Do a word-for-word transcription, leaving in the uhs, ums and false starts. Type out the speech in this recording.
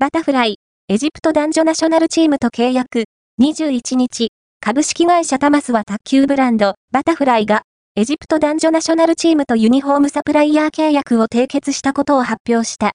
バタフライ、エジプト男女ナショナルチームと契約。にじゅういちにち、株式会社タマスは卓球ブランド、バタフライが、エジプト男女ナショナルチームとユニフォームサプライヤー契約を締結したことを発表した。